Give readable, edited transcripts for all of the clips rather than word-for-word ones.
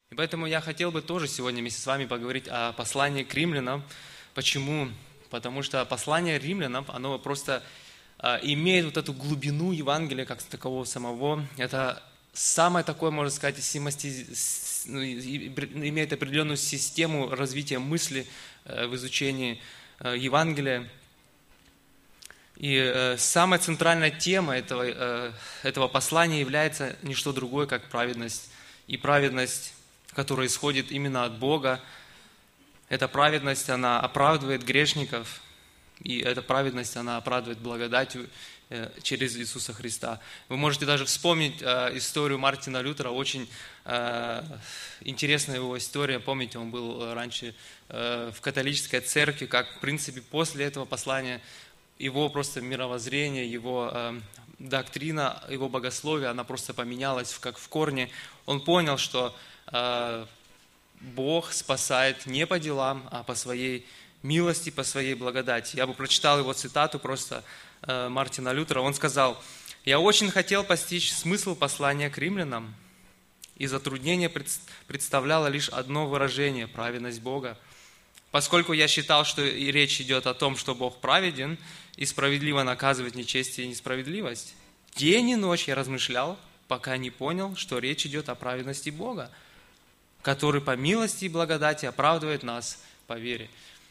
И поэтому я хотел бы тоже сегодня вместе с вами поговорить о послании к римлянам. Почему? Потому что послание римлянам, оно просто имеет вот эту глубину Евангелия как такового самого. Это самое такое, можно сказать, имеет определенную систему развития мысли в изучении Евангелия. И самая центральная тема этого послания является не что другое, как праведность. И праведность, которая исходит именно от Бога, эта праведность, она оправдывает грешников, и эта праведность, она оправдывает благодатью через Иисуса Христа. Вы можете даже вспомнить историю Мартина Лютера, очень интересная его история. Помните, он был раньше в католической церкви, как, в принципе, после этого послания его просто мировоззрение, его доктрина, его богословие, она просто поменялась как в корне. Он понял, что Бог спасает не по делам, а по своей милости, по своей благодати. Я бы прочитал его цитату просто Мартина Лютера. Он сказал: «Я очень хотел постичь смысл послания к римлянам, и затруднение представляло лишь одно выражение – праведность Бога. Поскольку я считал, что и речь идет о том, что Бог праведен и справедливо наказывает нечестие и несправедливость, день и ночь я размышлял, пока не понял, что речь идет о праведности Бога, который по милости и благодати оправдывает нас по вере».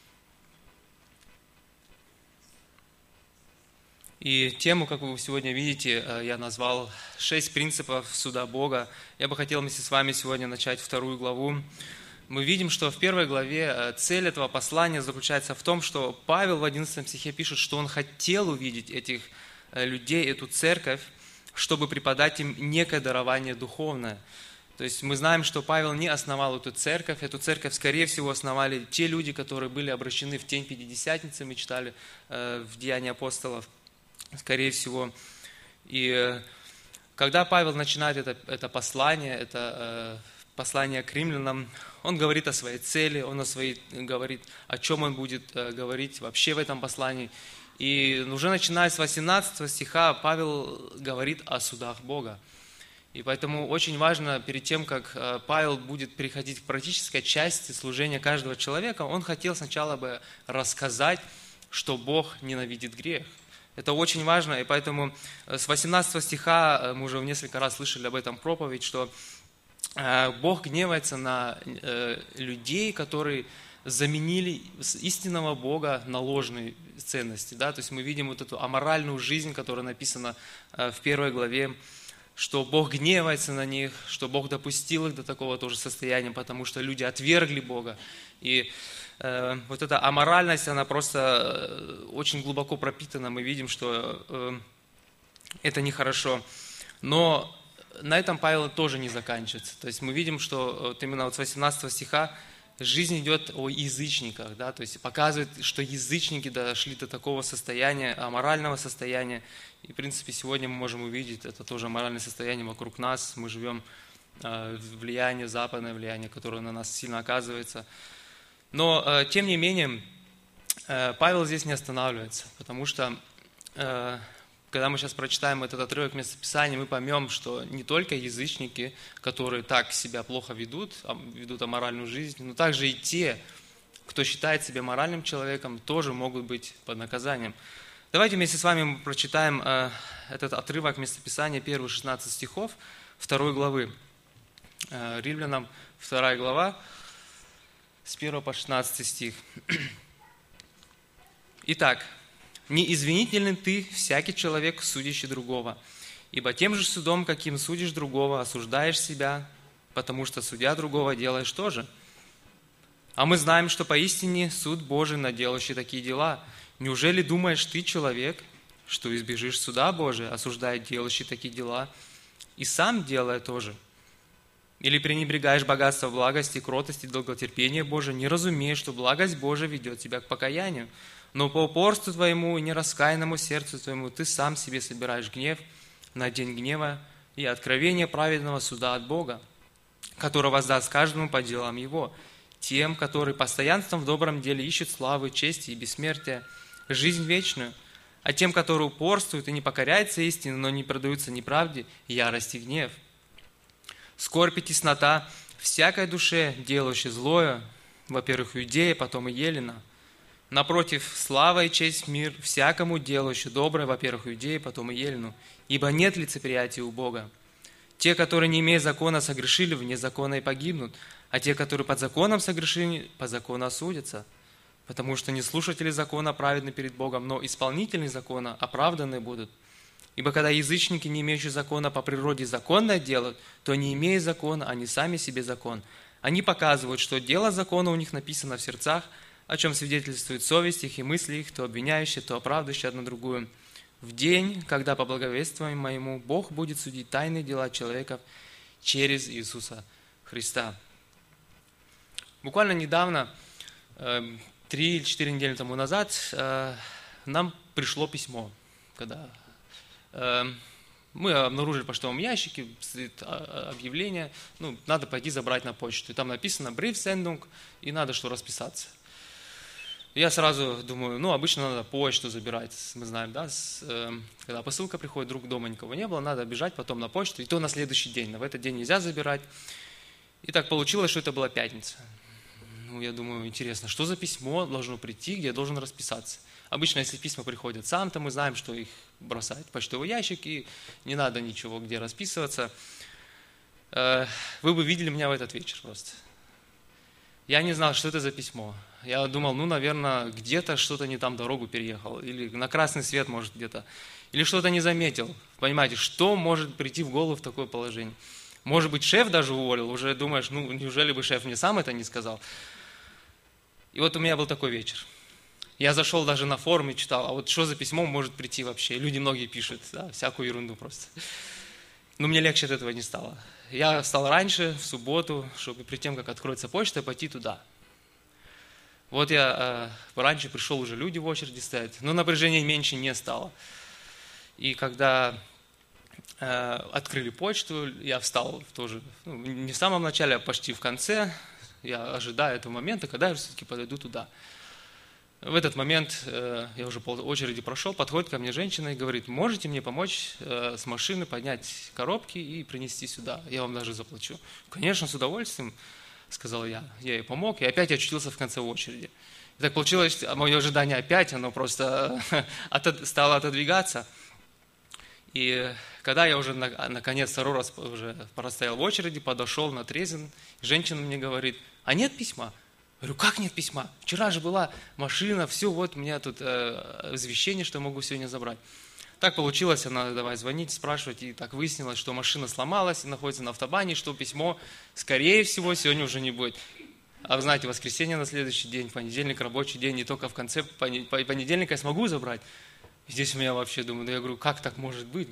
И тему, как вы сегодня видите, я назвал 6 принципов суда Бога. Я бы хотел вместе с вами сегодня начать 2 главу. Мы видим, что в 1 главе цель этого послания заключается в том, что Павел в 11 стихе пишет, что он хотел увидеть этих людей, эту церковь, чтобы преподать им некое дарование духовное. То есть мы знаем, что Павел не основал эту церковь, скорее всего, основали те люди, которые были обращены в тень Пятидесятницы, мы читали в Деянии апостолов, скорее всего. И когда Павел начинает это послание к римлянам, он говорит о своей цели, он говорит, о чем он будет говорить вообще в этом послании. И уже начиная с 18 стиха Павел говорит о судах Бога. И поэтому очень важно, перед тем, как Павел будет переходить к практической части служения каждого человека, он хотел сначала бы рассказать, что Бог ненавидит грех. Это очень важно, и поэтому с 18 стиха мы уже несколько раз слышали об этом проповедь, что Бог гневается на людей, которые заменили истинного Бога на ложные ценности. Да? То есть мы видим вот эту аморальную жизнь, которая написана в 1 главе, что Бог гневается на них, что Бог допустил их до такого тоже состояния, потому что люди отвергли Бога. И вот эта аморальность, она просто очень глубоко пропитана. Мы видим, что это нехорошо. Но на этом Павел тоже не заканчивается. То есть мы видим, что вот именно вот с 18 стиха жизнь идет о язычниках. Да? То есть показывает, что язычники дошли до такого состояния, аморального состояния. И в принципе сегодня мы можем увидеть, это тоже аморальное состояние вокруг нас. Мы живем в влиянии, западное влияние, которое на нас сильно оказывается. Но, тем не менее, Павел здесь не останавливается, потому что, когда мы сейчас прочитаем этот отрывок местописания, мы поймем, что не только язычники, которые так себя плохо ведут аморальную жизнь, но также и те, кто считает себя моральным человеком, тоже могут быть под наказанием. Давайте вместе с вами прочитаем этот отрывок местописания, первые 16 стихов 2 главы. Римлянам 2 глава, с 1 по 16 стих. Итак, «Не извинителен ты, всякий человек, судящий другого, ибо тем же судом, каким судишь другого, осуждаешь себя, потому что судя другого делаешь тоже. А мы знаем, что поистине суд Божий над делающий такие дела. Неужели думаешь ты, человек, что избежишь суда Божия, осуждая делающий такие дела, и сам делая тоже? Или пренебрегаешь богатство благости, кротости, долготерпения Божия, не разумея, что благость Божия ведет тебя к покаянию? Но по упорству твоему и нераскаянному сердцу твоему ты сам себе собираешь гнев на день гнева и откровение праведного суда от Бога, который воздаст каждому по делам его, тем, которые постоянством в добром деле ищут славы, чести и бессмертия, жизнь вечную, а тем, которые упорствуют и не покоряются истине, но не предаются неправде, ярость и гнев. Скорбь и теснота, всякой душе, делающей злое, во-первых, Иудея, потом и Елена. Напротив, слава и честь мир всякому делающему доброе, во-первых, Иудея, потом и Елену. Ибо нет лицеприятия у Бога. Те, которые, не имея закона, согрешили, вне закона и погибнут, а те, которые под законом согрешили, по закону осудятся. Потому что не слушатели закона праведны перед Богом, но исполнители закона оправданы будут. Ибо когда язычники, не имеющие закона, по природе законное делают, то, не имея закона, они сами себе закон. Они показывают, что дело закона у них написано в сердцах, о чем свидетельствует совесть их и мысли их, то обвиняющие, то оправдывающие одно другую. В день, когда по благовествованию моему Бог будет судить тайные дела человеков через Иисуса Христа. Буквально недавно, 3 или 4 недели тому назад, нам пришло письмо, когда мы обнаружили в почтовом ящике стоит объявление, надо пойти забрать на почту. И там написано «Briefsendung», и надо что расписаться. Я сразу думаю, обычно надо почту забирать, мы знаем, да, когда посылка приходит, вдруг дома никого не было, надо бежать потом на почту, и то на следующий день, в этот день нельзя забирать. И так получилось, что это была пятница. Я думаю, интересно, что за письмо должно прийти, где я должен расписаться? Обычно, если письма приходят сам, то мы знаем, что их бросают в почтовый ящик, и не надо ничего, где расписываться. Вы бы видели меня в этот вечер просто. Я не знал, что это за письмо. Я думал, наверное, где-то что-то не там дорогу переехал, или на красный свет, может, где-то, или что-то не заметил. Понимаете, что может прийти в голову в такое положение? Может быть, шеф даже уволил, уже думаешь, неужели бы шеф мне сам это не сказал? И вот у меня был такой вечер. Я зашел даже на форум и читал, а вот что за письмо может прийти вообще? Люди многие пишут, да, всякую ерунду просто. Но мне легче от этого не стало. Я встал раньше, в субботу, чтобы перед тем, как откроется почта, пойти туда. Вот я раньше пришел, уже люди в очереди стоят, но напряжения меньше не стало. И когда открыли почту, я встал тоже, не в самом начале, а почти в конце. Я ожидаю этого момента, когда я все-таки подойду туда. В этот момент я уже пол очереди прошел, подходит ко мне женщина и говорит: можете мне помочь с машины поднять коробки и принести сюда? Я вам даже заплачу. Конечно, с удовольствием, сказал я. Я ей помог, и опять очутился в конце очереди. И так получилось, мое ожидание опять, оно просто стало отодвигаться. И когда я уже наконец второй раз уже простоял в очереди, подошел на трезин, женщина мне говорит: а нет письма? Говорю: как нет письма? Вчера же была машина, все, вот у меня тут извещение, что могу сегодня забрать. Так получилось, она давай звонить, спрашивать, и так выяснилось, что машина сломалась и находится на автобане, что письмо, скорее всего, сегодня уже не будет. А вы знаете, воскресенье на следующий день, понедельник, рабочий день, и только в конце понедельника я смогу забрать. И здесь у меня вообще, думаю, я говорю, как так может быть?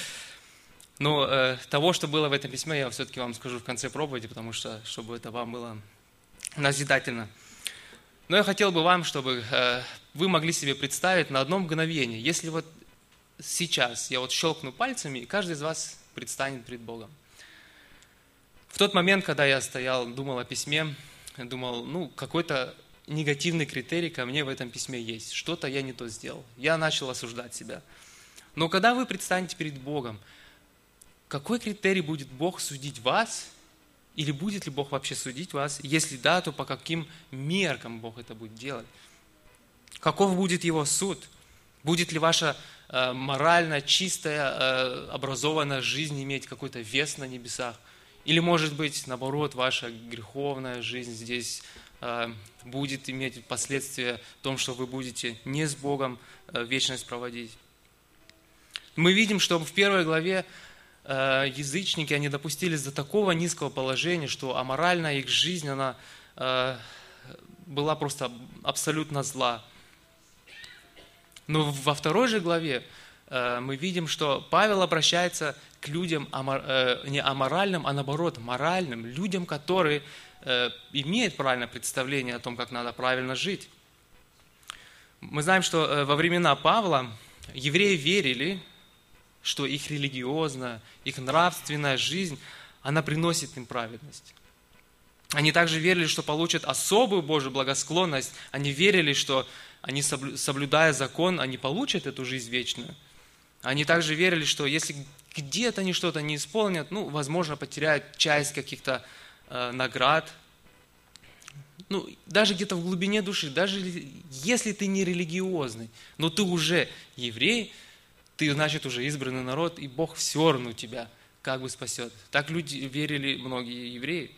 Но того, что было в этом письме, я все-таки вам скажу в конце проповеди, потому что, чтобы это вам было назидательно. Но я хотел бы вам, чтобы вы могли себе представить на одно мгновение, если вот сейчас я вот щелкну пальцами, и каждый из вас предстанет пред Богом. В тот момент, когда я стоял, думал о письме, думал, какой-то негативный критерий ко мне в этом письме есть. Что-то я не то сделал. Я начал осуждать себя. Но когда вы предстанете перед Богом, какой критерий будет Бог судить вас? Или будет ли Бог вообще судить вас? Если да, то по каким меркам Бог это будет делать? Каков будет Его суд? Будет ли ваша морально чистая, образованная жизнь иметь какой-то вес на небесах? Или, может быть, наоборот, ваша греховная жизнь здесь будет иметь последствия в том, что вы будете не с Богом вечность проводить? Мы видим, что в первой главе язычники, они допустились до такого низкого положения, что аморальная их жизнь, она была просто абсолютно зла. Но во второй же главе мы видим, что Павел обращается к людям не аморальным, а наоборот моральным, людям, которые имеют правильное представление о том, как надо правильно жить. Мы знаем, что во времена Павла евреи верили, что их религиозная, их нравственная жизнь, она приносит им праведность. Они также верили, что получат особую Божью благосклонность. Они верили, что они, соблюдая закон, они получат эту жизнь вечную. Они также верили, что если где-то они что-то не исполнят, возможно, потеряют часть каких-то наград. Ну, даже где-то в глубине души, даже если ты не религиозный, но ты уже еврей, ты, значит, уже избранный народ, и Бог все равно тебя как бы спасет. Так люди верили, многие евреи.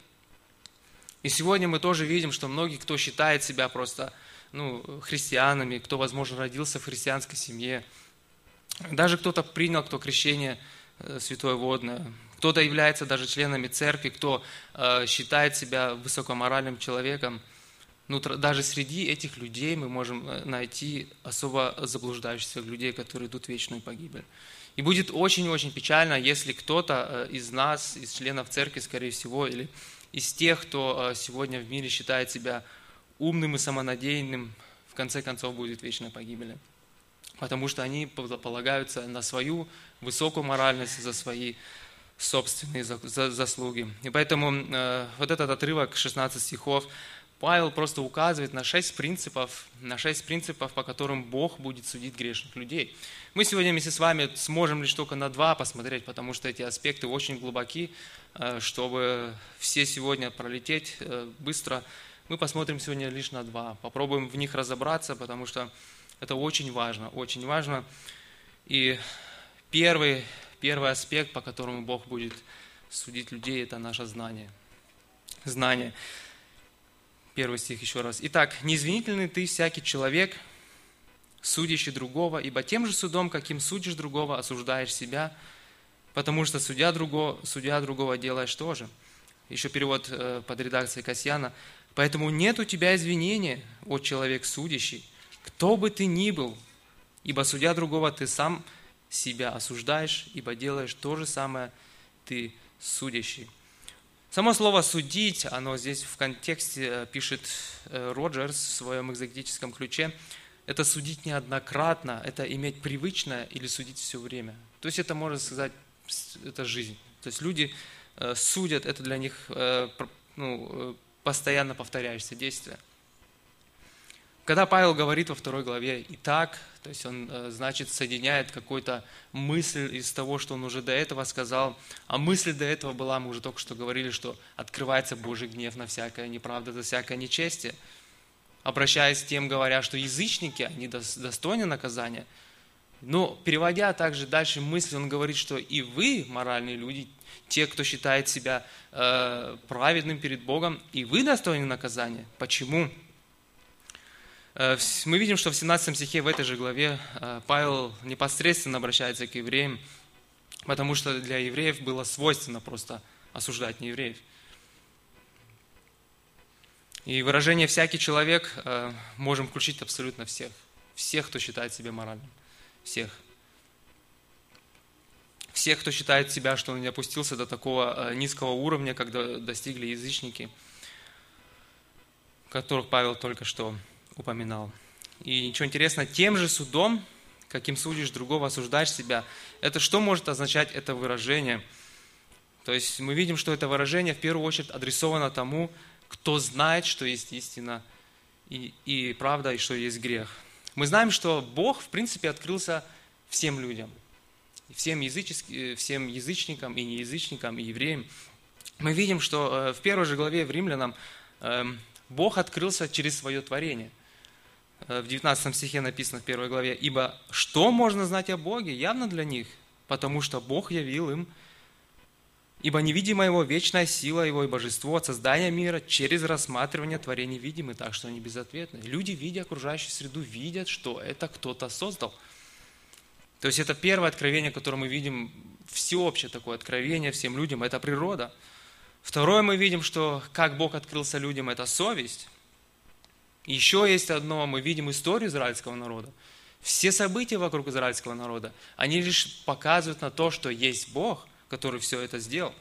И сегодня мы тоже видим, что многие, кто считает себя просто христианами, кто, возможно, родился в христианской семье, даже кто-то принял, кто крещение святое водное, кто-то является даже членами церкви, кто считает себя высокоморальным человеком. Но даже среди этих людей мы можем найти особо заблуждающихся людей, которые идут в вечную погибель. И будет очень-очень печально, если кто-то из нас, из членов церкви, скорее всего, или из тех, кто сегодня в мире считает себя умным и самонадеянным, в конце концов будет вечная погибель. Потому что они полагаются на свою высокую моральность, за свои собственные заслуги. И поэтому вот этот отрывок, 16 стихов, Павел просто указывает на 6 принципов, по которым Бог будет судить грешных людей. Мы сегодня вместе с вами сможем лишь только на 2 посмотреть, потому что эти аспекты очень глубоки, чтобы все сегодня пролететь быстро. Мы посмотрим сегодня лишь на 2, попробуем в них разобраться, потому что это очень важно, очень важно. И первый аспект, по которому Бог будет судить людей, это наше знание. Знание. 1 стих еще раз. «Итак, неизвинительный ты всякий человек, судящий другого, ибо тем же судом, каким судишь другого, осуждаешь себя, потому что судя другого делаешь тоже». Еще перевод под редакцией Касьяна. «Поэтому нет у тебя извинения, о человек судящий, кто бы ты ни был, ибо судя другого ты сам себя осуждаешь, ибо делаешь то же самое ты судящий». Само слово «судить», оно здесь в контексте пишет Роджерс в своем экзегетическом ключе, это судить неоднократно, это иметь привычное или судить все время. То есть это, можно сказать, это жизнь. То есть люди судят, это для них постоянно повторяющееся действие. Когда Павел говорит во 2 главе «итак», то есть он, значит, соединяет какую-то мысль из того, что он уже до этого сказал. А мысль до этого была, мы уже только что говорили, что открывается Божий гнев на всякое неправда, за всякое нечестие. Обращаясь к тем, говоря, что язычники, они достойны наказания. Но переводя также дальше мысль, он говорит, что и вы, моральные люди, те, кто считает себя праведным перед Богом, и вы достойны наказания. Почему? Мы видим, что в 17 стихе в этой же главе Павел непосредственно обращается к евреям, потому что для евреев было свойственно просто осуждать неевреев. И выражение «всякий человек» можем включить абсолютно всех. Всех, кто считает себя моральным. Всех. Всех, кто считает себя, что он не опустился до такого низкого уровня, когда достигли язычники, которых Павел только что упоминал. И ничего интересного, тем же судом, каким судишь другого, осуждаешь себя. Это что может означать это выражение? То есть мы видим, что это выражение в первую очередь адресовано тому, кто знает, что есть истина и правда, и что есть грех. Мы знаем, что Бог, в принципе, открылся всем людям. Всем язычникам и неязычникам, и евреям. Мы видим, что в первой же главе в Римлянам Бог открылся через свое творение. В 19 стихе написано в 1 главе, «Ибо что можно знать о Боге? Явно для них, потому что Бог явил им, ибо невидимая Его вечная сила Его и божество от создания мира через рассматривание творений видимы, так что они безответны». Люди, видя окружающую среду, видят, что это кто-то создал. То есть это первое откровение, которое мы видим, всеобщее такое откровение всем людям, это природа. Второе, мы видим, что как Бог открылся людям, это совесть. Еще есть одно, мы видим историю израильского народа. Все события вокруг израильского народа, они лишь показывают на то, что есть Бог, который все это сделал.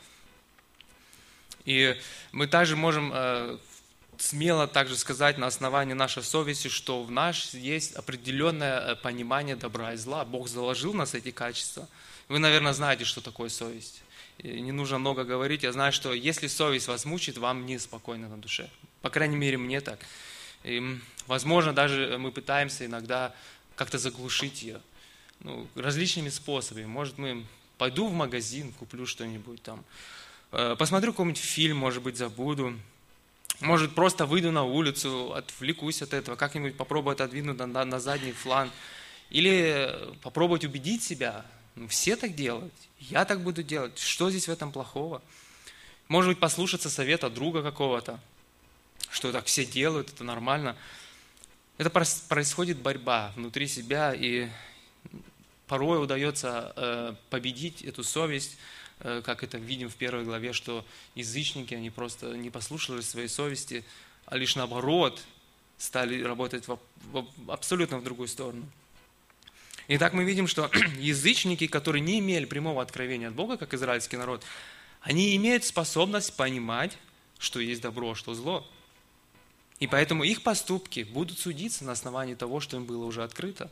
И мы также можем смело также сказать на основании нашей совести, что в нас есть определенное понимание добра и зла. Бог заложил в нас эти качества. Вы, наверное, знаете, что такое совесть. И не нужно много говорить. Я знаю, что если совесть вас мучит, вам неспокойно на душе. По крайней мере, мне так. И, возможно, даже мы пытаемся иногда как-то заглушить ее различными способами. Может, пойду в магазин, куплю что-нибудь там, посмотрю какой-нибудь фильм, может быть, забуду. Может, просто выйду на улицу, отвлекусь от этого, как-нибудь попробую отодвинуть на задний план. Или попробовать убедить себя. Все так делают, я так буду делать. Что здесь в этом плохого? Может быть, послушаться совета друга какого-то, что так все делают, это нормально. Это происходит борьба внутри себя, и порой удается победить эту совесть, как это видим в первой главе, что язычники, они просто не послушали своей совести, а лишь наоборот стали работать абсолютно в другую сторону. Итак, мы видим, что язычники, которые не имели прямого откровения от Бога, как израильский народ, они имеют способность понимать, что есть добро, что зло. И поэтому их поступки будут судиться на основании того, что им было уже открыто.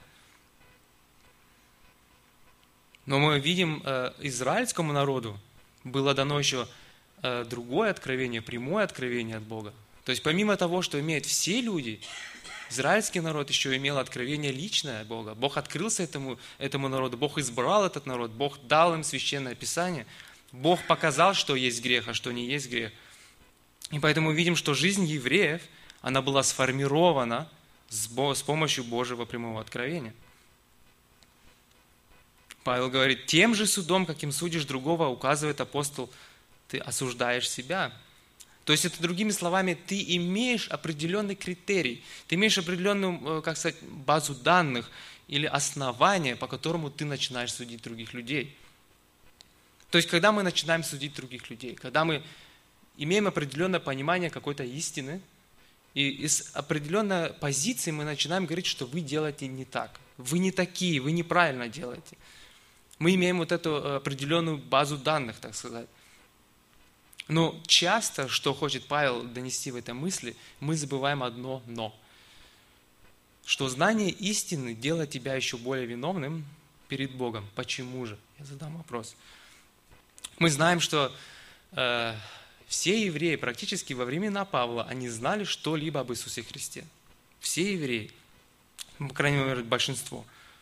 Но мы видим, израильскому народу было дано еще другое откровение, прямое откровение от Бога. То есть помимо того, что имеют все люди, израильский народ еще имел откровение личное от Бога. Бог открылся этому народу, Бог избрал этот народ, Бог дал им священное Писание. Бог показал, что есть грех, а что не есть грех. И поэтому видим, что жизнь евреев, она была сформирована с помощью Божьего прямого откровения. Павел говорит, тем же судом, каким судишь другого, указывает апостол, ты осуждаешь себя. То есть это, другими словами, ты имеешь определенный критерий, ты имеешь определенную, как сказать, базу данных или основание, по которому ты начинаешь судить других людей. То есть когда мы начинаем судить других людей, когда мы имеем определенное понимание какой-то истины, и из определенной позиции мы начинаем говорить, что вы делаете не так, вы не такие, вы неправильно делаете. Мы имеем вот эту определенную базу данных, так сказать. Но часто, что хочет Павел донести в этой мысли, мы забываем одно «но». Что знание истины делает тебя еще более виновным перед Богом. Почему же? Я задам вопрос. Мы знаем, что все евреи практически во времена Павла, они знали что-либо об Иисусе Христе. Все евреи, по крайней мере, большинство.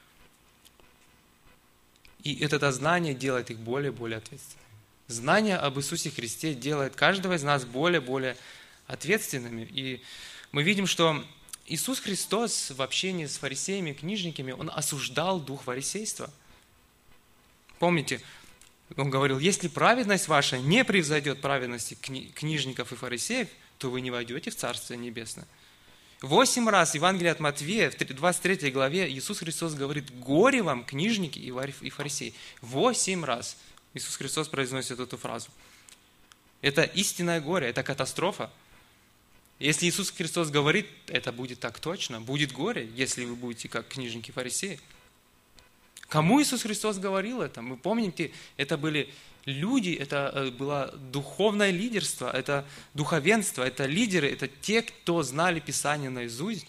И это знание делает их более и более ответственными. Знание об Иисусе Христе делает каждого из нас более и более ответственными. И мы видим, что Иисус Христос в общении с фарисеями, книжниками, Он осуждал дух фарисейства. Помните, Он говорил, если праведность ваша не превзойдет праведности книжников и фарисеев, то вы не войдете в Царствие Небесное. 8 раз Евангелие от Матфея, в 23 главе, Иисус Христос говорит, горе вам, книжники и фарисеи. 8 раз Иисус Христос произносит эту фразу. Это истинное горе, это катастрофа. Если Иисус Христос говорит, это будет так точно, будет горе, если вы будете как книжники и фарисеи. Кому Иисус Христос говорил это? Вы помните, это были люди, это было духовное лидерство, это духовенство, это лидеры, это те, кто знали Писание наизусть.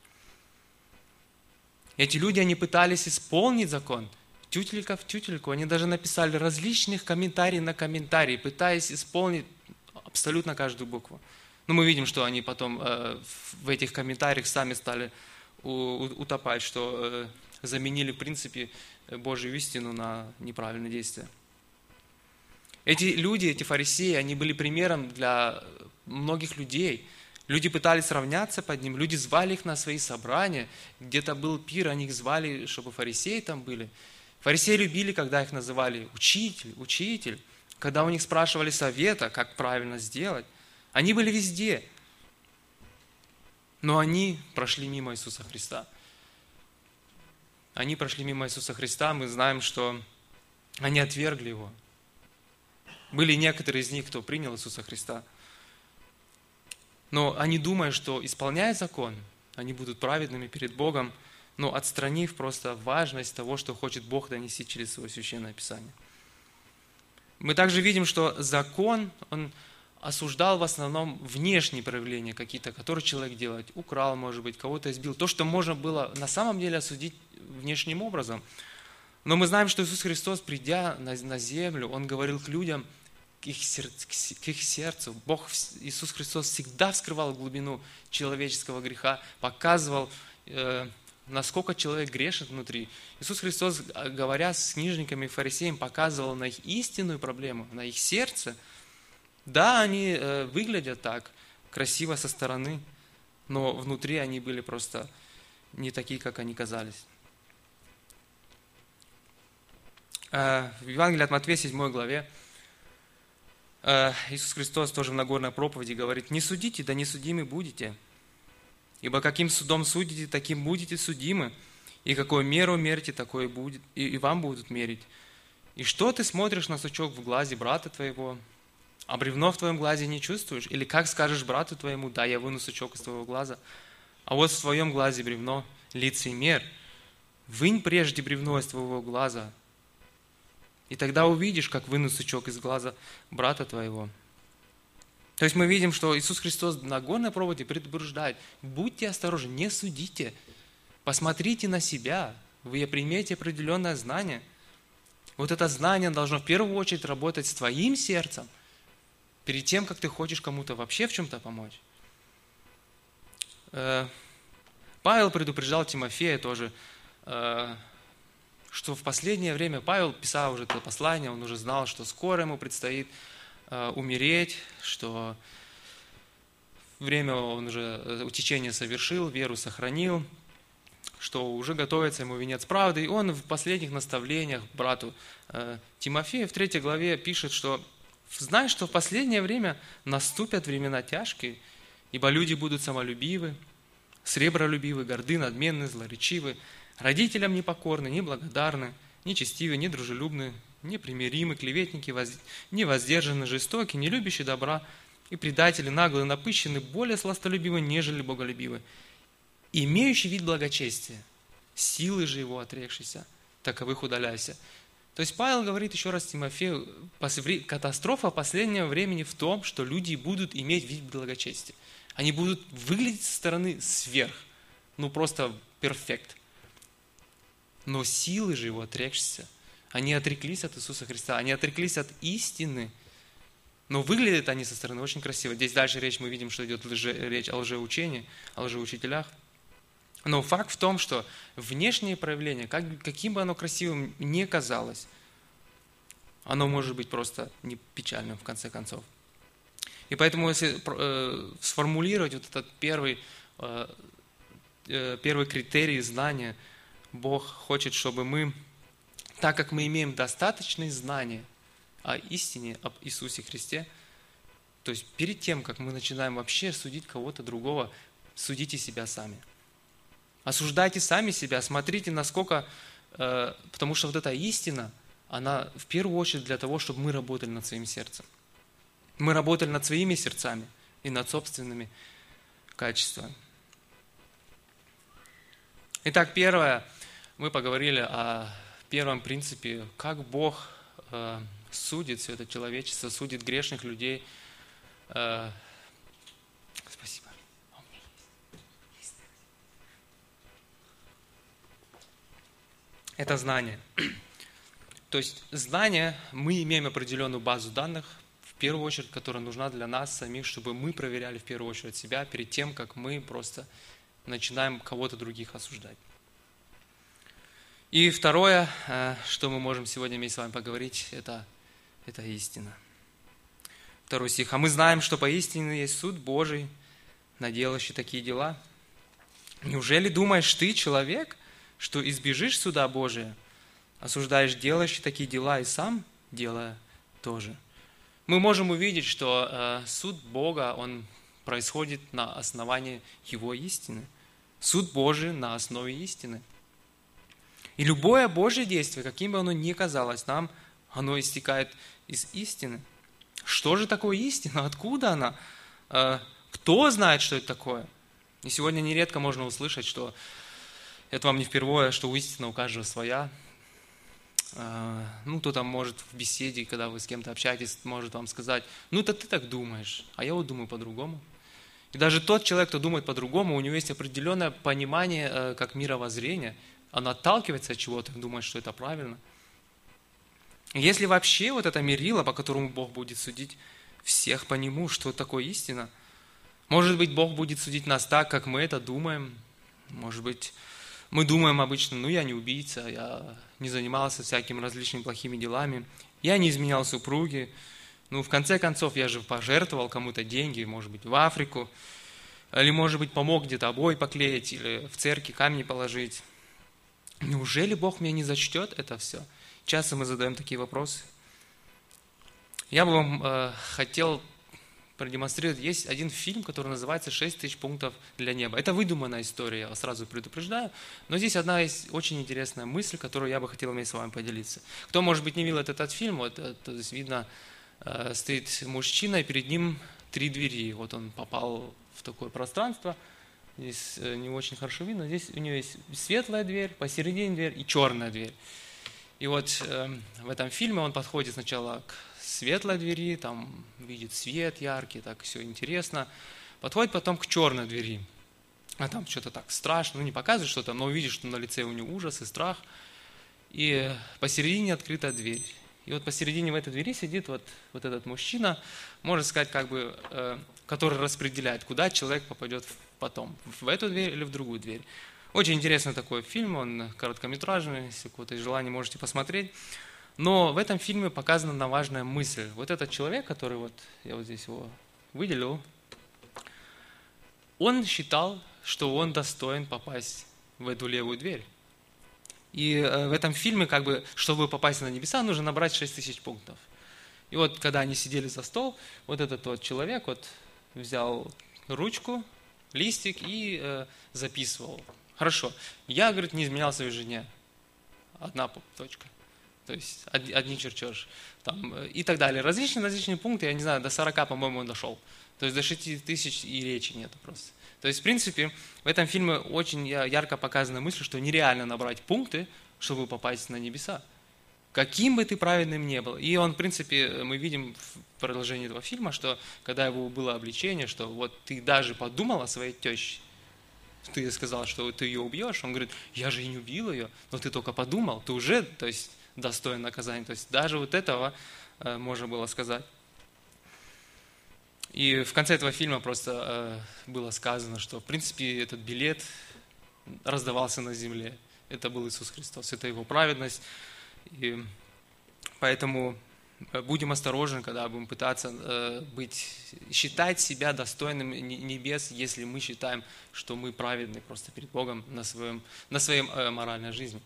Эти люди, они пытались исполнить закон, тютелька в тютельку, они даже написали различных комментариев на комментарии, пытаясь исполнить абсолютно каждую букву. Но мы видим, что они потом в этих комментариях сами стали утопать, что заменили, в принципе, Божью истину на неправильные действия. Эти люди, эти фарисеи, они были примером для многих людей. Люди пытались равняться под ним, люди звали их на свои собрания. Где-то был пир, они их звали, чтобы фарисеи там были. Фарисеи любили, когда их называли учитель, учитель. Когда у них спрашивали совета, как правильно сделать. Они были везде. Но они прошли мимо Иисуса Христа. Они прошли мимо Иисуса Христа, мы знаем, что они отвергли Его. Были некоторые из них, кто принял Иисуса Христа. Но они думают, что исполняя закон, они будут праведными перед Богом, но отстранив просто важность того, что хочет Бог донести через Свое Священное Писание. Мы также видим, что закон, он осуждал в основном внешние проявления какие-то, которые человек делает. Украл, может быть, кого-то избил. То, что можно было на самом деле осудить внешним образом. Но мы знаем, что Иисус Христос, придя на землю, Он говорил к людям, к их сердцу. Бог, Иисус Христос всегда вскрывал глубину человеческого греха, показывал, насколько человек грешит внутри. Иисус Христос, говоря с книжниками и фарисеями, показывал на их истинную проблему, на их сердце. Да, они выглядят так красиво со стороны, но внутри они были просто не такие, как они казались. В Евангелии от Матфея, 7 главе, Иисус Христос тоже в Нагорной проповеди говорит: «Не судите, да не судимы будете, ибо каким судом судите, таким будете судимы, и какую меру мерите, такое будет, и вам будут мерить. И что ты смотришь на сучок в глазе брата твоего, а бревно в твоем глазе не чувствуешь? Или как скажешь брату твоему: да, я выну сучок из твоего глаза, а вот в твоем глазе бревно, лицемер, вынь прежде бревно из твоего глаза, и тогда увидишь, как вынуть сучок из глаза брата твоего». То есть мы видим, что Иисус Христос на Нагорной проповеди предупреждает: будьте осторожны, не судите, посмотрите на себя, вы примете определенное знание. Вот это знание должно в первую очередь работать с твоим сердцем, перед тем, как ты хочешь кому-то вообще в чем-то помочь. Павел предупреждал Тимофея тоже, что в последнее время Павел писал уже это послание, он уже знал, что скоро ему предстоит умереть, что время он уже утечение совершил, веру сохранил, что уже готовится ему венец правды. И он в последних наставлениях брату Тимофею в 3 главе пишет, что «Знай, что в последнее время наступят времена тяжкие, ибо люди будут самолюбивы, сребролюбивы, горды, надменны, злоречивы, родителям непокорны, неблагодарны, нечестивы, недружелюбны, непримиримы, клеветники, невоздержаны, жестоки, не любящие добра, и предатели, наглые, напыщенны, более сластолюбивы, нежели боголюбивы, имеющий вид благочестия, силы же его отрекшийся, таковых удаляйся». То есть Павел говорит еще раз Тимофею: катастрофа последнего времени в том, что люди будут иметь вид благочестия. Они будут выглядеть со стороны сверх, просто перфект. Но силы же его отрекшиеся, они отреклись от Иисуса Христа, они отреклись от истины. Но выглядят они со стороны очень красиво. Здесь дальше мы видим, что идет речь о лжеучении, о лжеучителях. Но факт в том, что внешнее проявление, каким бы оно красивым ни казалось, оно может быть просто не печальным в конце концов. И поэтому, если сформулировать вот этот первый критерий знания, Бог хочет, чтобы мы, так как мы имеем достаточные знания о истине, об Иисусе Христе, то есть перед тем, как мы начинаем вообще судить кого-то другого, судите себя сами. Осуждайте сами себя, смотрите, насколько, потому что вот эта истина, она в первую очередь для того, чтобы мы работали над своим сердцем. Мы работали над своими сердцами и над собственными качествами. Итак, первое, мы поговорили о первом принципе, как Бог судит все это человечество, судит грешных людей. Спасибо. Это знание. То есть знание, мы имеем определенную базу данных, в первую очередь, которая нужна для нас самих, чтобы мы проверяли в первую очередь себя перед тем, как мы просто начинаем кого-то других осуждать. И второе, что мы можем сегодня вместе с вами поговорить, это истина. 2 стих. «А мы знаем, что поистине есть суд Божий, наделающий такие дела. Неужели думаешь ты, человек, что избежишь суда Божия, осуждаешь делающий такие дела и сам делая тоже?» Мы можем увидеть, что суд Бога, он происходит на основании Его истины. Суд Божий на основе истины. И любое Божье действие, каким бы оно ни казалось нам, оно истекает из истины. Что же такое истина? Откуда она? Кто знает, что это такое? И сегодня нередко можно услышать, что это вам не впервые, что истина у каждого своя. Кто-то может в беседе, когда вы с кем-то общаетесь, может вам сказать: это ты так думаешь, а я вот думаю по-другому. И даже тот человек, кто думает по-другому, у него есть определенное понимание как мировоззрения, он отталкивается от чего-то и думает, что это правильно. Если вообще вот это мерило, по которому Бог будет судить всех по нему, что такое истина, может быть, Бог будет судить нас так, как мы это думаем. Может быть, мы думаем обычно: я не убийца, я не занимался всякими различными плохими делами, я не изменял супруге, Ну, в конце концов, я же пожертвовал кому-то деньги, может быть, в Африку, или, может быть, помог где-то обои поклеить, или в церкви камни положить. Неужели Бог мне не зачтет это все? Часто мы задаем такие вопросы. Я бы вам хотел продемонстрировать. Есть один фильм, который называется «6000 пунктов для неба». Это выдуманная история, я вас сразу предупреждаю. Но здесь одна есть очень интересная мысль, которую я бы хотел вместе с вами поделиться. Кто, может быть, не видел этот фильм, вот то есть видно, стоит мужчина, и перед ним 3 двери. Вот он попал в такое пространство. Здесь не очень хорошо видно. Здесь у него есть светлая дверь, посередине дверь и черная дверь. И вот в этом фильме он подходит сначала к светлой двери, там видит свет яркий, так все интересно. Подходит потом к черной двери. А там что-то так страшно, ну не показывает что там, но увидишь, что на лице у него ужас и страх. И посередине открыта дверь. И вот посередине в этой двери сидит вот этот мужчина, можно сказать, как бы, который распределяет, куда человек попадет потом, в эту дверь или в другую дверь. Очень интересный такой фильм, он короткометражный, если у кого-то есть желание, можете посмотреть. Но в этом фильме показана одна важная мысль. Вот этот человек, который вот, я вот здесь его выделил, он считал, что он достоин попасть в эту левую дверь. И в этом фильме, как бы, чтобы попасть на небеса, нужно набрать 6000 пунктов. И вот, когда они сидели за стол, вот этот вот человек вот взял ручку, листик и записывал. Хорошо, я, говорит, не изменял своей жене. Одна точка. То есть один чертеж. Там, и так далее. Различные пункты, я не знаю, до 40, по-моему, он дошел. То есть до 6000 и речи нету просто. То есть, в принципе, в этом фильме очень ярко показана мысль, что нереально набрать пункты, чтобы попасть на небеса. Каким бы ты праведным ни был. И он, в принципе, мы видим в продолжении этого фильма, что когда его было обличение, что вот ты даже подумал о своей теще, ты сказал, что ты ее убьешь, он говорит, я же и не убил ее, но ты только подумал, ты уже, то есть, достоин наказания. То есть даже вот этого можно было сказать. И в конце этого фильма просто было сказано, что в принципе этот билет раздавался на земле. Это был Иисус Христос, это Его праведность. И поэтому будем осторожны, когда будем пытаться считать себя достойным небес, если мы считаем, что мы праведны просто перед Богом на своей моральной жизни.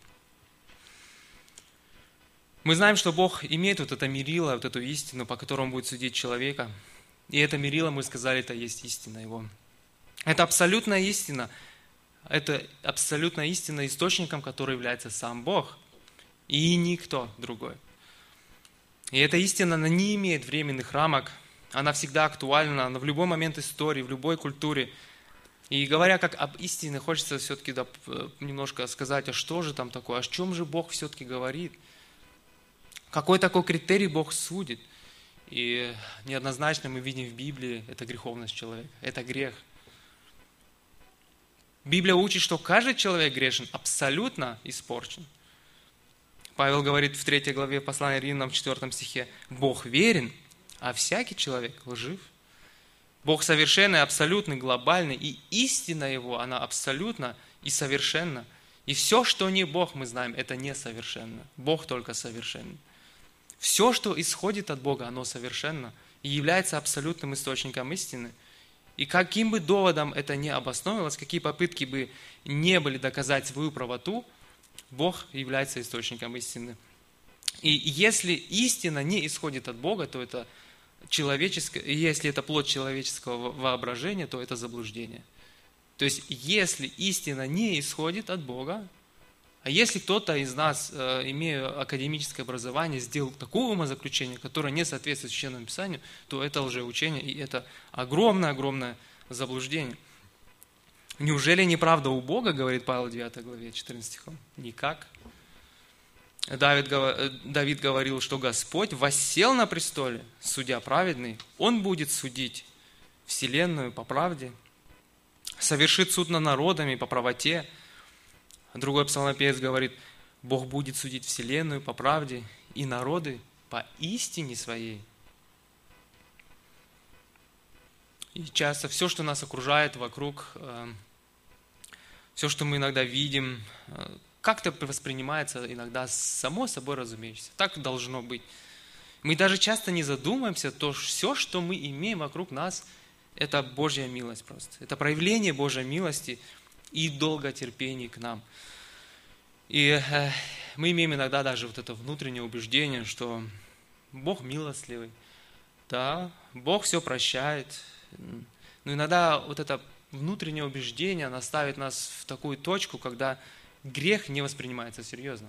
Мы знаем, что Бог имеет вот это мерило, вот эту истину, по которому будет судить человека. И это мерило, мы сказали, это есть истина Его. Это абсолютная истина. Это абсолютная истина, источником которой является сам Бог. И никто другой. И эта истина, она не имеет временных рамок. Она всегда актуальна, она в любой момент истории, в любой культуре. И говоря как об истине, хочется все-таки немножко сказать, а что же там такое, о чем же Бог все-таки говорит? Какой такой критерий Бог судит? И неоднозначно мы видим в Библии, это греховность человека, это грех. Библия учит, что каждый человек грешен, абсолютно испорчен. Павел говорит в 3 главе послания Римлянам, в 4 стихе, Бог верен, а всякий человек лжив. Бог совершенный, абсолютный, глобальный, и истина Его, она абсолютна и совершенна. И все, что не Бог, мы знаем, это несовершенно. Бог только совершенный. Все, что исходит от Бога, оно совершенно и является абсолютным источником истины. И каким бы доводом это ни обосновывалось, какие попытки бы не были доказать свою правоту, Бог является источником истины. И если истина не исходит от Бога, то это человеческое, если это плод человеческого воображения, то это заблуждение. То есть, если истина не исходит от Бога, а если кто-то из нас, имея академическое образование, сделал такое умозаключение, которое не соответствует Священному Писанию, то это лжеучение, и это огромное-огромное заблуждение. Неужели неправда у Бога, говорит Павел в 9 главе, 14 стихом? Никак. Давид говорил, что Господь воссел на престоле, судья праведный, Он будет судить вселенную по правде, совершит суд над народами по правоте. Другой псалмопевец говорит, Бог будет судить вселенную по правде и народы по истине своей. И часто все, что нас окружает вокруг, все, что мы иногда видим, как-то воспринимается иногда само собой разумеющееся. Так должно быть. Мы даже часто не задумываемся, то все, что мы имеем вокруг нас, это Божья милость просто. Это проявление Божьей милости и долготерпения к нам. И мы имеем иногда даже вот это внутреннее убеждение, что Бог милостливый, да, Бог все прощает. Но иногда вот это внутреннее убеждение, оно ставит нас в такую точку, когда грех не воспринимается серьезно.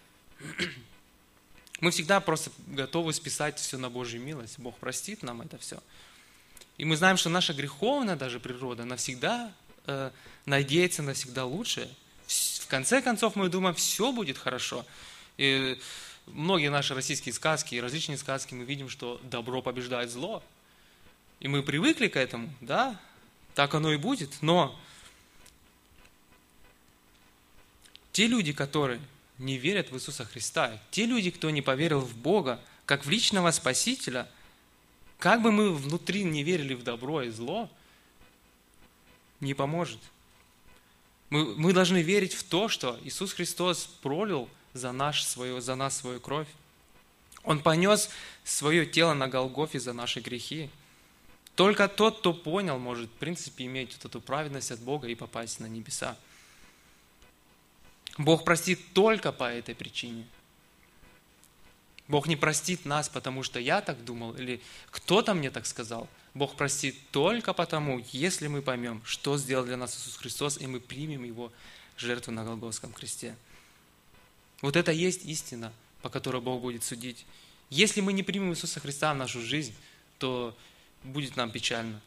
Мы всегда просто готовы списать все на Божью милость. Бог простит нам это все. И мы знаем, что наша греховная даже природа навсегда надеется на всегда лучшее. В конце концов, мы думаем, все будет хорошо. И многие наши российские сказки и различные сказки, мы видим, что добро побеждает зло. И мы привыкли к этому, да, так оно и будет. Но те люди, которые не верят в Иисуса Христа, те люди, кто не поверил в Бога, как в личного Спасителя, как бы мы внутри не верили в добро и зло, не поможет. Мы должны верить в то, что Иисус Христос пролил за нас свою кровь. Он понес свое тело на Голгофе за наши грехи. Только тот, кто понял, может, в принципе, иметь вот эту праведность от Бога и попасть на небеса. Бог простит только по этой причине. Бог не простит нас, потому что я так думал, или кто-то мне так сказал. Бог простит только потому, если мы поймем, что сделал для нас Иисус Христос, и мы примем Его жертву на Голгофском кресте. Вот это есть истина, по которой Бог будет судить. Если мы не примем Иисуса Христа в нашу жизнь, то будет нам печально.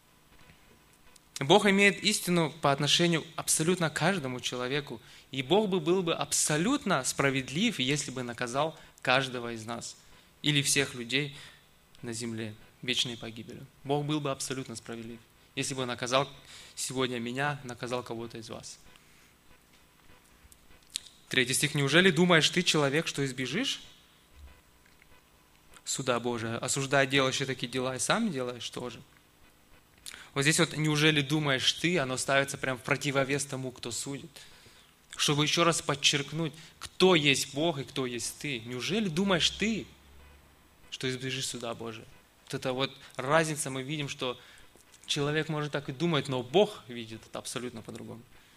Бог имеет истину по отношению абсолютно к каждому человеку. И Бог был бы абсолютно справедлив, если бы наказал каждого из нас или всех людей на земле вечной погибелью. Бог был бы абсолютно справедлив, если бы наказал сегодня меня, наказал кого-то из вас. 3 стих. «Неужели думаешь ты, человек, что избежишь суда Божия, осуждая делающие такие дела, и сам делаешь тоже?» Вот здесь вот «неужели думаешь ты», оно ставится прямо в противовес тому, кто судит. Чтобы еще раз подчеркнуть, кто есть Бог и кто есть ты. Неужели думаешь ты, что избежишь суда Божия? Вот это вот разница, мы видим, что человек может так и думать, но Бог видит это абсолютно по-другому.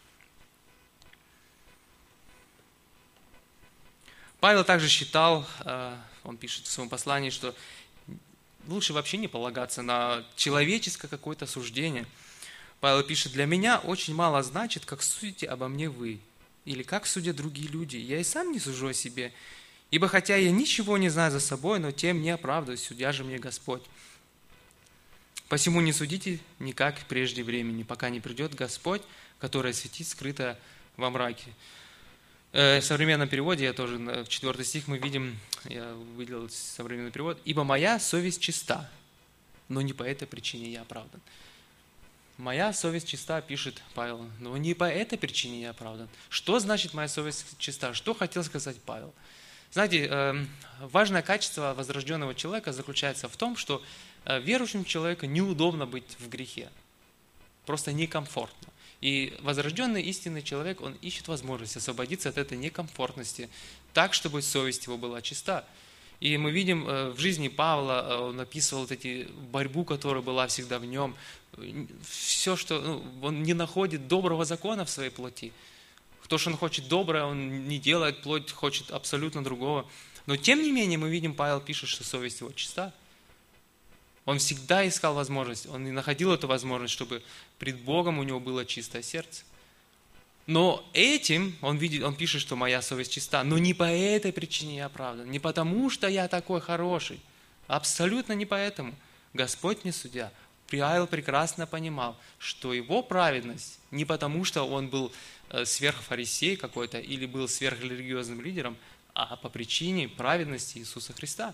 Павел также считал, он пишет в своем послании, что лучше вообще не полагаться на человеческое какое-то суждение. Павел пишет: «Для меня очень мало значит, как судите обо мне вы, или как судят другие люди. Я и сам не сужу о себе, ибо хотя я ничего не знаю за собой, но тем не оправдываюсь, судья же мне Господь. Посему не судите никак прежде времени, пока не придет Господь, который осветит скрытое во мраке». В современном переводе, я тоже, в 4 стих мы видим, я выделил современный перевод: «Ибо моя совесть чиста, но не по этой причине я оправдан». Моя совесть чиста, пишет Павел, но не по этой причине я оправдан. Что значит моя совесть чиста? Что хотел сказать Павел? Знаете, важное качество возрожденного человека заключается в том, что верующему человеку неудобно быть в грехе. Просто некомфортно. И возрожденный истинный человек, он ищет возможность освободиться от этой некомфортности так, чтобы совесть его была чиста. И мы видим в жизни Павла, он описывал вот эти борьбу, которая была всегда в нем. Все, что он не находит доброго закона в своей плоти. То, что он хочет доброе, он не делает, плоть хочет абсолютно другого. Но тем не менее, мы видим, Павел пишет, что совесть его чиста. Он всегда искал возможность, он и находил эту возможность, чтобы пред Богом у него было чистое сердце. Но этим он пишет, что моя совесть чиста, но не по этой причине я оправдан, не потому, что я такой хороший, абсолютно не поэтому. Господь не судья. Павел прекрасно понимал, что его праведность не потому, что он был сверхфарисей какой-то или был сверхрелигиозным лидером, а по причине праведности Иисуса Христа.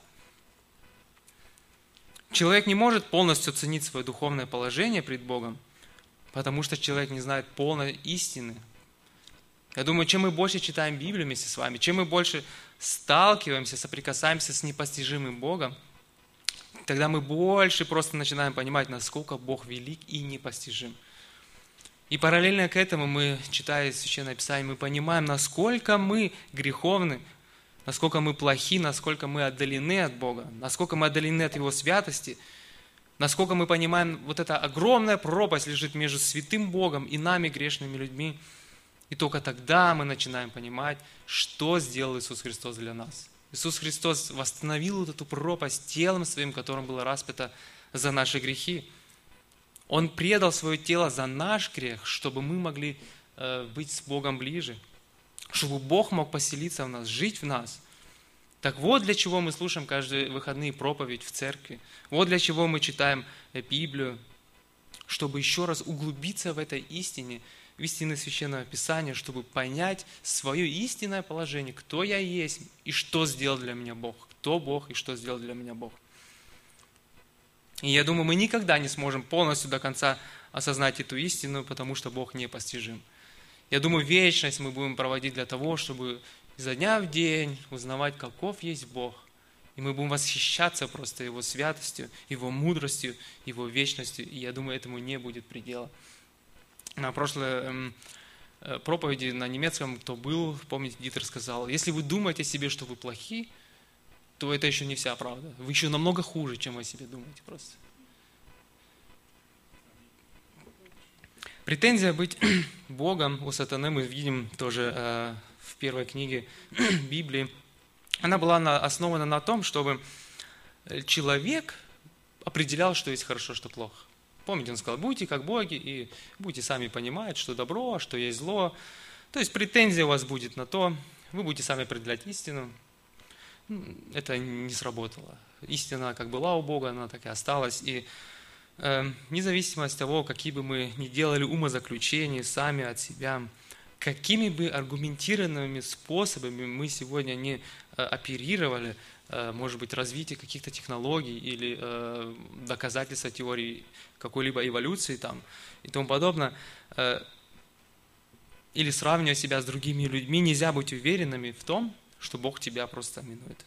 Человек не может полностью оценить свое духовное положение пред Богом, потому что человек не знает полной истины. Я думаю, чем мы больше читаем Библию вместе с вами, чем мы больше сталкиваемся, соприкасаемся с непостижимым Богом, тогда мы больше просто начинаем понимать, насколько Бог велик и непостижим. И параллельно к этому мы, читая Священное Писание, мы понимаем, насколько мы греховны насколько мы плохи, насколько мы отдалены от Бога, насколько мы отдалены от Его святости, насколько мы понимаем, вот эта огромная пропасть лежит между святым Богом и нами, грешными людьми. И только тогда мы начинаем понимать, что сделал Иисус Христос для нас. Иисус Христос восстановил вот эту пропасть телом Своим, которым было распято за наши грехи. Он предал свое тело за наш грех, чтобы мы могли быть с Богом ближе, чтобы Бог мог поселиться в нас, жить в нас. Так вот для чего мы слушаем каждые выходные проповедь в церкви. Вот для чего мы читаем Библию, чтобы еще раз углубиться в этой истине, в истины Священного Писания, чтобы понять свое истинное положение, кто я есть и что сделал для меня Бог, кто Бог и что сделал для меня Бог. И я думаю, мы никогда не сможем полностью до конца осознать эту истину, потому что Бог непостижим. Я думаю, вечность мы будем проводить для того, чтобы изо дня в день узнавать, каков есть Бог. И мы будем восхищаться просто Его святостью, Его мудростью, Его вечностью. И я думаю, этому не будет предела. На прошлой проповеди на немецком, кто был, помните, Дитер сказал, если вы думаете о себе, что вы плохи, то это еще не вся правда. Вы еще намного хуже, чем вы о себе думаете просто. Претензия быть Богом у сатаны мы видим тоже в первой книге Библии. Она была основана на том, чтобы человек определял, что есть хорошо, что плохо. Помните, он сказал, будьте как боги и будете сами понимать, что добро, что есть зло. То есть претензия у вас будет на то, вы будете сами определять истину. Это не сработало. Истина как была у Бога, она так и осталась. И независимо от того, какие бы мы ни делали умозаключения сами от себя, какими бы аргументированными способами мы сегодня не оперировали, может быть, развитие каких-то технологий или доказательства теории какой-либо эволюции там, и тому подобное, или сравнивая себя с другими людьми, нельзя быть уверенными в том, что Бог тебя просто минует.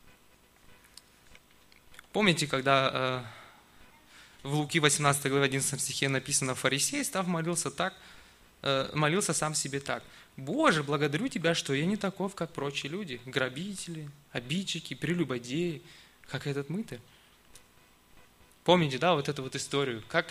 Помните, когда в Луки 18 главе 11 стихе написано, фарисей, став молился сам себе так: «Боже, благодарю Тебя, что я не таков, как прочие люди, грабители, обидчики, прелюбодеи, как этот мытарь». Помните, да, вот эту вот историю, как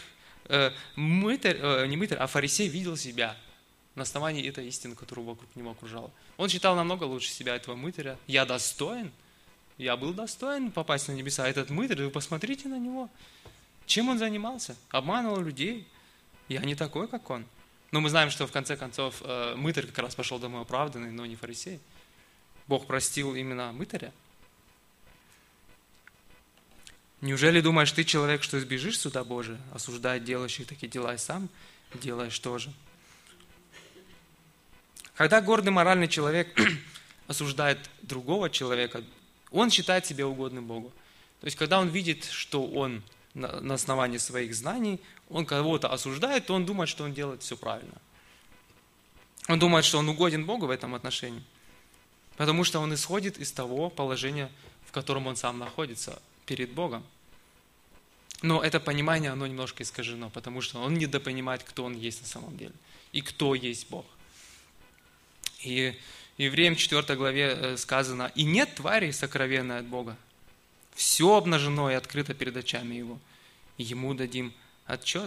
фарисей видел себя на основании этой истины, которую вокруг него окружала. Он считал намного лучше себя, этого мытаря. Я достоин, я был достоин попасть на небеса. А этот мытарь, вы посмотрите на него. Чем он занимался? Обманывал людей. Я не такой, как он. Но мы знаем, что в конце концов мытарь как раз пошел домой оправданный, но не фарисей. Бог простил именно мытаря. Неужели думаешь ты, человек, что избежишь суда Божия, осуждая делающих такие дела, и сам делаешь тоже? Когда гордый моральный человек осуждает другого человека, он считает себя угодным Богу. То есть, когда он видит, что он на основании своих знаний, он кого-то осуждает, то он думает, что он делает все правильно. Он думает, что он угоден Богу в этом отношении, потому что он исходит из того положения, в котором он сам находится перед Богом. Но это понимание, оно немножко искажено, потому что он недопонимает, кто он есть на самом деле и кто есть Бог. И в Евреям 4 главе сказано, «И нет твари сокровенной от Бога. Все обнажено и открыто перед очами Его, и Ему дадим отчет».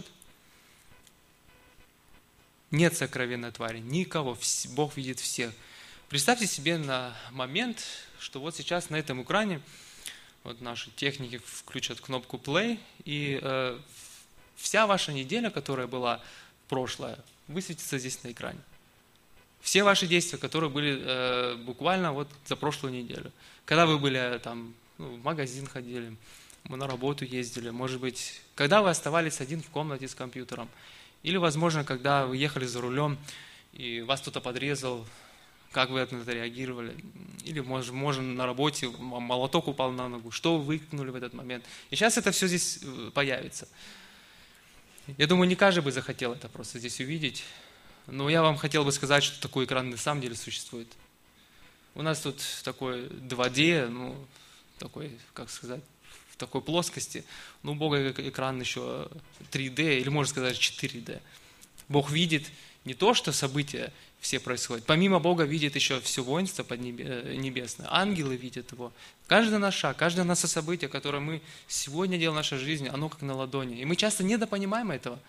Нет сокровенной твари, никого, Бог видит всех. Представьте себе на момент, что вот сейчас на этом экране вот наши техники включат кнопку play, и вся ваша неделя, которая была прошлая, высветится здесь на экране. Все ваши действия, которые были буквально вот за прошлую неделю. Когда вы были там, в магазин ходили, мы на работу ездили, может быть, когда вы оставались один в комнате с компьютером, или, возможно, когда вы ехали за рулем, и вас кто-то подрезал, как вы на это реагировали, или, может, на работе молоток упал на ногу, что вы выкинули в этот момент. И сейчас это все здесь появится. Я думаю, не каждый бы захотел это просто здесь увидеть, но я вам хотел бы сказать, что такой экран на самом деле существует. У нас тут такой 2D, такой, как сказать, в такой плоскости. У Бога экран еще 3D, или можно сказать 4D. Бог видит не то, что события все происходят. Помимо Бога видит еще все воинство небесное. Ангелы видят его. Каждый наш шаг, каждое наше событие, которое мы сегодня делаем в нашей жизни, оно как на ладони. И мы часто недопонимаем этого.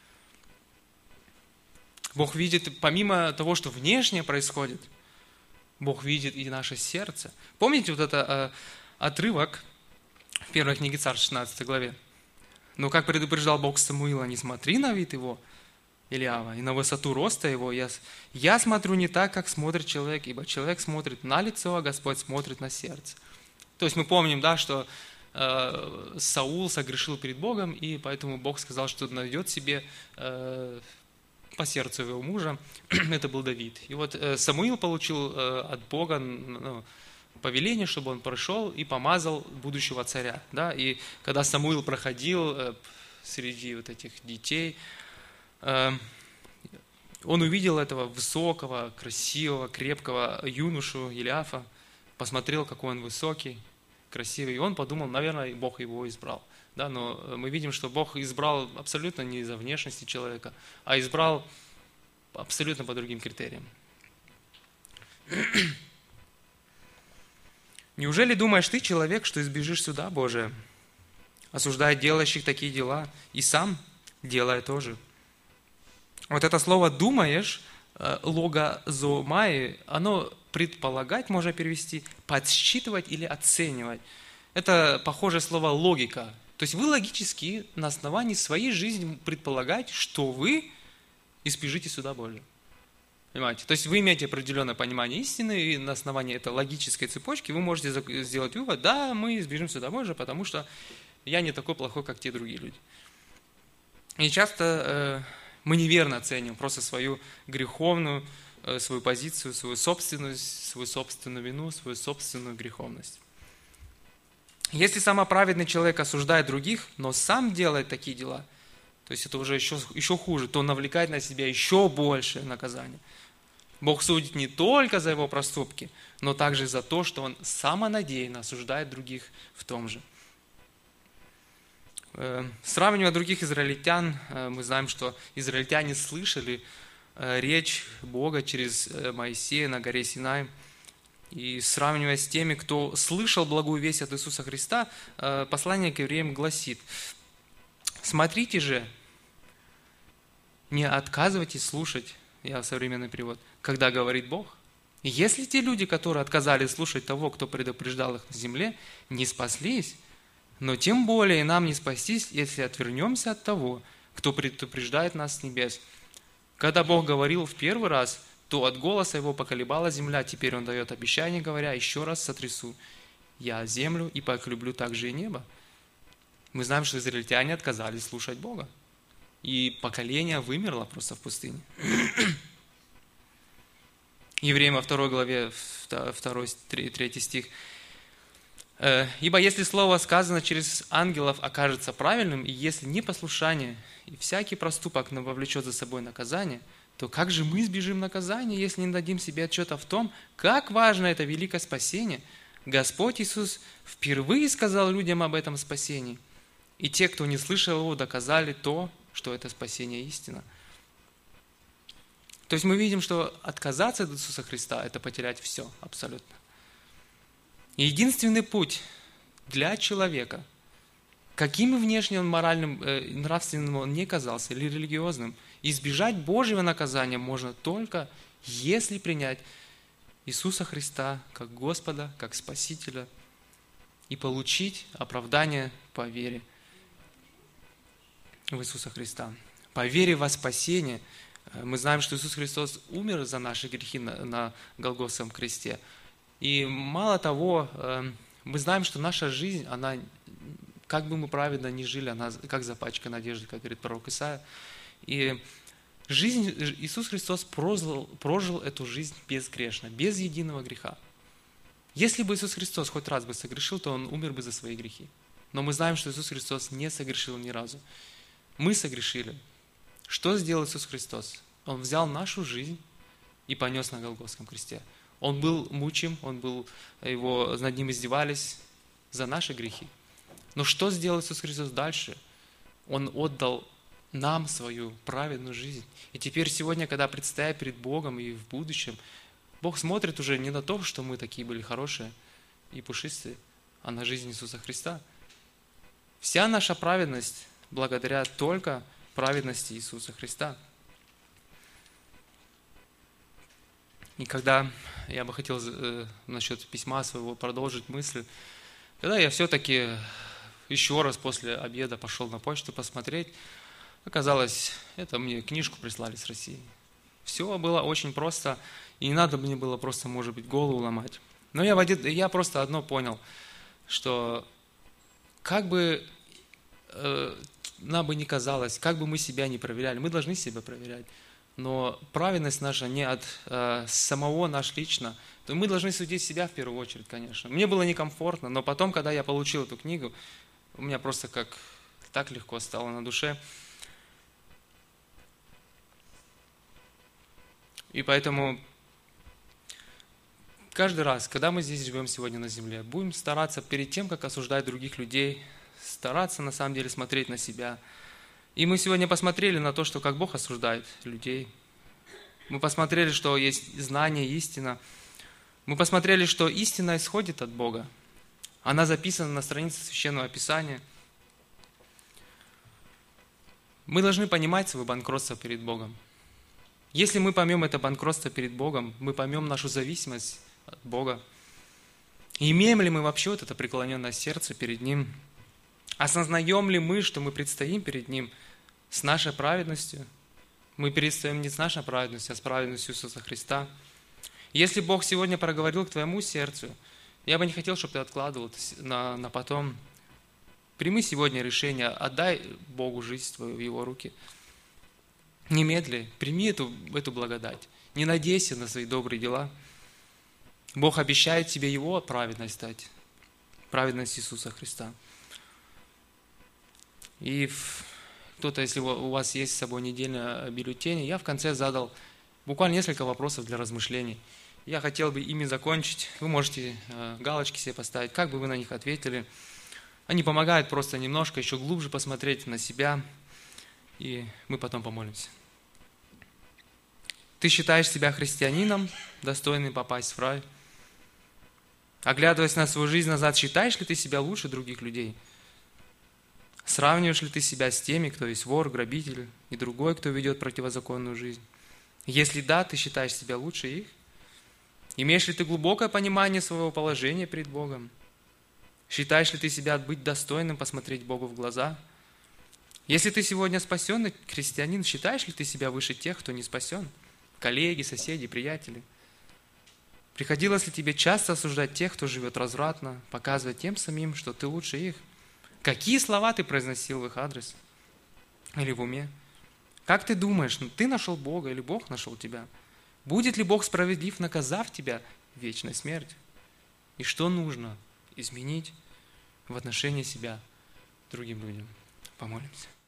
Бог видит, помимо того, что внешне происходит, Бог видит и наше сердце. Помните вот это отрывок в первой книге Царств, 16 главе? «Но как предупреждал Бог Самуила, не смотри на вид его, Илиава, и на высоту роста его. Я смотрю не так, как смотрит человек, ибо человек смотрит на лицо, а Господь смотрит на сердце». То есть мы помним, да, что Саул согрешил перед Богом, и поэтому Бог сказал, что найдет себе по сердцу его мужа. Это был Давид. И вот Самуил получил от Бога повеление, чтобы он прошел и помазал будущего царя. Да? И когда Самуил проходил среди вот этих детей, он увидел этого высокого, красивого, крепкого юношу Илиафа, посмотрел, какой он высокий, красивый, и он подумал, наверное, Бог его избрал. Да, но мы видим, что Бог избрал абсолютно не из-за внешности человека, а избрал абсолютно по другим критериям. «Неужели думаешь ты, человек, что избежишь суда Божия, осуждая делающих такие дела, и сам делая тоже?» Вот это слово «думаешь», логозомai, оно предполагать можно перевести, подсчитывать или оценивать. Это похожее слово «логика». То есть вы логически на основании своей жизни предполагаете, что вы избежите суда Божия. Понимаете? То есть вы имеете определенное понимание истины, и на основании этой логической цепочки вы можете сделать вывод, да, мы избежим суда Божия, потому что я не такой плохой, как те другие люди. И часто мы неверно оцениваем просто свою греховную, свою позицию, свою собственность, свою собственную вину, свою собственную греховность. Если самоправедный человек осуждает других, но сам делает такие дела, то есть это уже еще хуже, то он навлекает на себя еще большее наказание. Бог судит не только за его проступки, но также за то, что он самонадеянно осуждает других в том же. Сравнивая других израильтян, мы знаем, что израильтяне слышали речь Бога через Моисея на горе Синай. И сравнивая с теми, кто слышал благую весть от Иисуса Христа, послание к евреям гласит: «Смотрите же, не отказывайтесь слушать», я современный перевод, «когда говорит Бог. Если те люди, которые отказались слушать того, кто предупреждал их на земле, не спаслись, но тем более нам не спастись, если отвернемся от того, кто предупреждает нас с небес. Когда Бог говорил в первый раз, то от голоса его поколебала земля, теперь он дает обещание, говоря: еще раз сотрясу я землю и поколеблю также и небо». Мы знаем, что израильтяне отказались слушать Бога, и поколение вымерло просто в пустыне. Евреям во 2 главе, 2-3 стих. «Ибо если слово сказано через ангелов окажется правильным, и если непослушание и всякий проступок повлечет за собой наказание, то как же мы избежим наказания, если не дадим себе отчета в том, как важно это великое спасение? Господь Иисус впервые сказал людям об этом спасении, и те, кто не слышал его, доказали то, что это спасение истина». То есть мы видим, что отказаться от Иисуса Христа – это потерять все абсолютно. И единственный путь для человека, каким внешним, моральным, нравственным он не казался, или религиозным, избежать Божьего наказания можно только, если принять Иисуса Христа как Господа, как Спасителя, и получить оправдание по вере в Иисуса Христа. По вере во спасение. Мы знаем, что Иисус Христос умер за наши грехи на Голгофском кресте. И мало того, мы знаем, что наша жизнь, она, как бы мы праведно ни жили, она как запачкана одеждой, как говорит пророк Исаия. И Иисус Христос прожил эту жизнь безгрешно, без единого греха. Если бы Иисус Христос хоть раз бы согрешил, то Он умер бы за свои грехи. Но мы знаем, что Иисус Христос не согрешил ни разу. Мы согрешили. Что сделал Иисус Христос? Он взял нашу жизнь и понес на Голгофском кресте. Он был мучим, над ним издевались за наши грехи. Но что сделал Иисус Христос дальше? Он отдал нам свою праведную жизнь. И теперь сегодня, когда предстоя перед Богом и в будущем, Бог смотрит уже не на то, что мы такие были хорошие и пушистые, а на жизнь Иисуса Христа. Вся наша праведность благодаря только праведности Иисуса Христа. И когда я бы хотел насчет письма своего продолжить мысль, когда я все-таки еще раз после обеда пошел на почту посмотреть, оказалось, это мне книжку прислали с России. Все было очень просто, и не надо мне было просто, может быть, голову ломать. Но я просто одно понял, что как бы нам бы ни казалось, как бы мы себя не проверяли, мы должны себя проверять, но праведность наша не от самого нас лично, то мы должны судить себя в первую очередь, конечно. Мне было некомфортно, но потом, когда я получил эту книгу, у меня просто как так легко стало на душе. И поэтому каждый раз, когда мы здесь живем сегодня на земле, будем стараться перед тем, как осуждать других людей, стараться на самом деле смотреть на себя. И мы сегодня посмотрели на то, что как Бог осуждает людей. Мы посмотрели, что есть знание, истина. Мы посмотрели, что истина исходит от Бога. Она записана на странице Священного Писания. Мы должны понимать свое банкротство перед Богом. Если мы поймем это банкротство перед Богом, мы поймем нашу зависимость от Бога. И имеем ли мы вообще вот это преклоненное сердце перед Ним? Осознаем ли мы, что мы предстоим перед Ним с нашей праведностью? Мы предстоим не с нашей праведностью, а с праведностью Иисуса Христа. Если Бог сегодня проговорил к твоему сердцу, я бы не хотел, чтобы ты откладывал это на потом. Прими сегодня решение, отдай Богу жизнь твою в Его руки. Немедли, прими эту благодать. Не надейся на свои добрые дела. Бог обещает тебе Его праведность дать. Праведность Иисуса Христа. И кто-то, если у вас есть с собой недельное бюллетень, я в конце задал буквально несколько вопросов для размышлений. Я хотел бы ими закончить. Вы можете галочки себе поставить, как бы вы на них ответили. Они помогают просто немножко еще глубже посмотреть на себя, и мы потом помолимся. Ты считаешь себя христианином, достойным попасть в рай? Оглядываясь на свою жизнь назад, считаешь ли ты себя лучше других людей? Сравниваешь ли ты себя с теми, кто есть вор, грабитель и другой, кто ведет противозаконную жизнь? Если да, ты считаешь себя лучше их? Имеешь ли ты глубокое понимание своего положения перед Богом? Считаешь ли ты себя быть достойным посмотреть Богу в глаза? Если ты сегодня спасенный христианин, считаешь ли ты себя выше тех, кто не спасен? Коллеги, соседи, приятели? Приходилось ли тебе часто осуждать тех, кто живет развратно, показывать тем самим, что ты лучше их? Какие слова ты произносил в их адрес? Или в уме? Как ты думаешь, ты нашел Бога или Бог нашел тебя? Будет ли Бог справедлив, наказав тебя вечной смертью? И что нужно изменить в отношении себя другим людям? Помолимся.